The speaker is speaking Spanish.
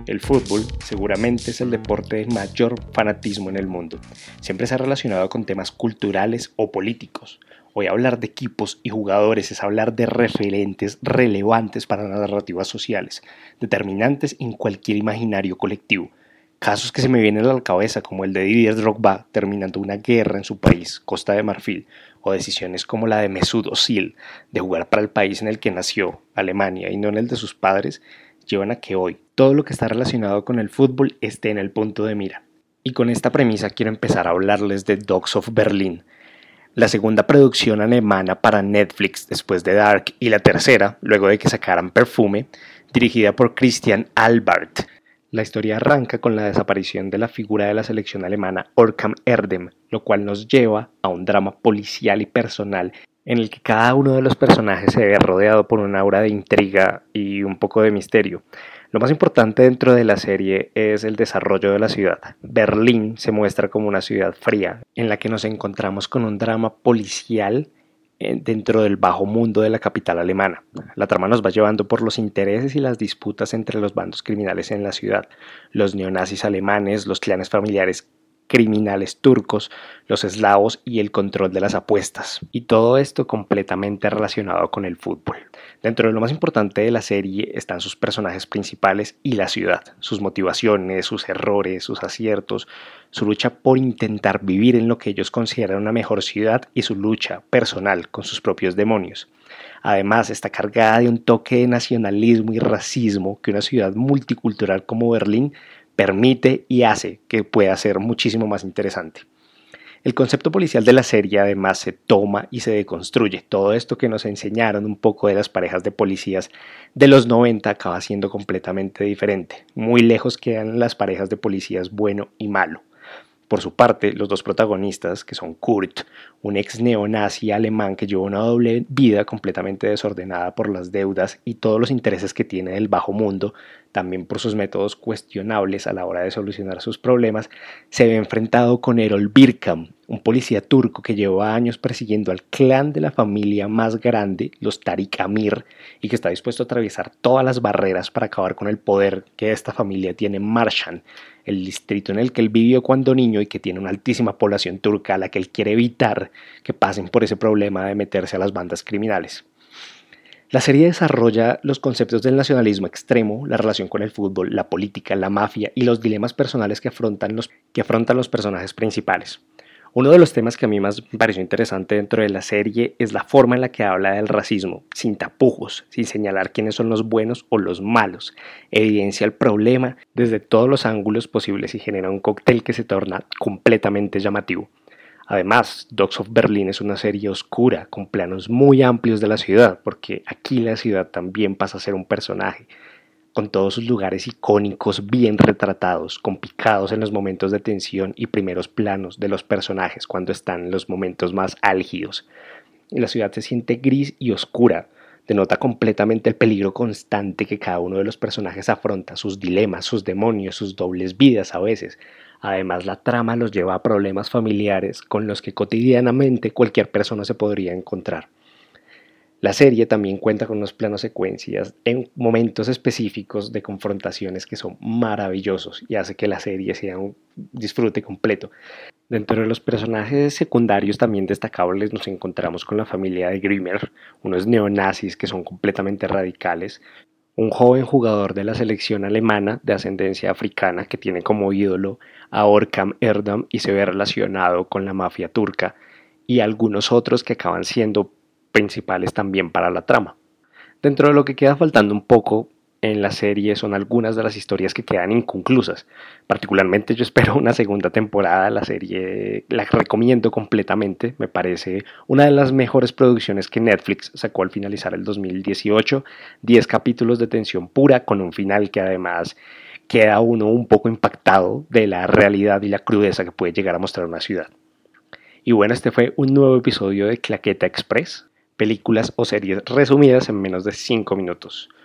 El fútbol seguramente es el deporte de mayor fanatismo en el mundo. Siempre se ha relacionado con temas culturales o políticos. Hoy hablar de equipos y jugadores es hablar de referentes relevantes para las narrativas sociales, determinantes en cualquier imaginario colectivo. Casos que se me vienen a la cabeza como el de Didier Drogba terminando una guerra en su país, Costa de Marfil, o decisiones como la de Mesut Özil de jugar para el país en el que nació, Alemania, y no en el de sus padres, llevan a que hoy todo lo que está relacionado con el fútbol esté en el punto de mira. Y con esta premisa quiero empezar a hablarles de Dogs of Berlin, la segunda producción alemana para Netflix después de Dark y la tercera, luego de que sacaran Perfume, dirigida por Christian Albert. La historia arranca con la desaparición de la figura de la selección alemana Orkan Erdem, lo cual nos lleva a un drama policial y personal en el que cada uno de los personajes se ve rodeado por una aura de intriga y un poco de misterio. Lo más importante dentro de la serie es el desarrollo de la ciudad. Berlín se muestra como una ciudad fría, en la que nos encontramos con un drama policial dentro del bajo mundo de la capital alemana. La trama nos va llevando por los intereses y las disputas entre los bandos criminales en la ciudad, los neonazis alemanes, los clanes familiares criminales turcos, los eslavos y el control de las apuestas. Y todo esto completamente relacionado con el fútbol. Dentro de lo más importante de la serie están sus personajes principales y la ciudad, sus motivaciones, sus errores, sus aciertos, su lucha por intentar vivir en lo que ellos consideran una mejor ciudad y su lucha personal con sus propios demonios. Además, está cargada de un toque de nacionalismo y racismo que una ciudad multicultural como Berlín permite y hace que pueda ser muchísimo más interesante. El concepto policial de la serie además se toma y se deconstruye. Todo esto que nos enseñaron un poco de las parejas de policías de los 90 acaba siendo completamente diferente. Muy lejos quedan las parejas de policías bueno y malo. Por su parte, los dos protagonistas, que son Kurt, un ex neonazi alemán que lleva una doble vida completamente desordenada por las deudas y todos los intereses que tiene del bajo mundo, también por sus métodos cuestionables a la hora de solucionar sus problemas, se ve enfrentado con Erol Birkan, un policía turco que lleva años persiguiendo al clan de la familia más grande, los Tariq Amir, y que está dispuesto a atravesar todas las barreras para acabar con el poder que esta familia tiene en Marşan, el distrito en el que él vivió cuando niño y que tiene una altísima población turca a la que él quiere evitar que pasen por ese problema de meterse a las bandas criminales. La serie desarrolla los conceptos del nacionalismo extremo, la relación con el fútbol, la política, la mafia y los dilemas personales que afrontan los personajes principales. Uno de los temas que a mí más me pareció interesante dentro de la serie es la forma en la que habla del racismo, sin tapujos, sin señalar quiénes son los buenos o los malos. Evidencia el problema desde todos los ángulos posibles y genera un cóctel que se torna completamente llamativo. Además, Dogs of Berlin es una serie oscura, con planos muy amplios de la ciudad, porque aquí la ciudad también pasa a ser un personaje, con todos sus lugares icónicos bien retratados, con picados en los momentos de tensión y primeros planos de los personajes cuando están en los momentos más álgidos. La ciudad se siente gris y oscura, denota completamente el peligro constante que cada uno de los personajes afronta, sus dilemas, sus demonios, sus dobles vidas a veces. Además, la trama los lleva a problemas familiares con los que cotidianamente cualquier persona se podría encontrar. La serie también cuenta con unos planos secuencias en momentos específicos de confrontaciones que son maravillosos y hace que la serie sea un disfrute completo. Dentro de los personajes secundarios también destacables nos encontramos con la familia de Grimmer, unos neonazis que son completamente radicales, un joven jugador de la selección alemana de ascendencia africana que tiene como ídolo a Orkan Erdem y se ve relacionado con la mafia turca, y algunos otros que acaban siendo principales también para la trama. Dentro de lo que queda faltando un poco en la serie son algunas de las historias que quedan inconclusas. Particularmente yo espero una segunda temporada. La serie la recomiendo completamente. Me parece una de las mejores producciones que Netflix sacó al finalizar el 2018. 10 capítulos de tensión pura con un final que además queda uno un poco impactado de la realidad y la crudeza que puede llegar a mostrar una ciudad. Y bueno, este fue un nuevo episodio de Claqueta Express, películas o series resumidas en menos de 5 minutos.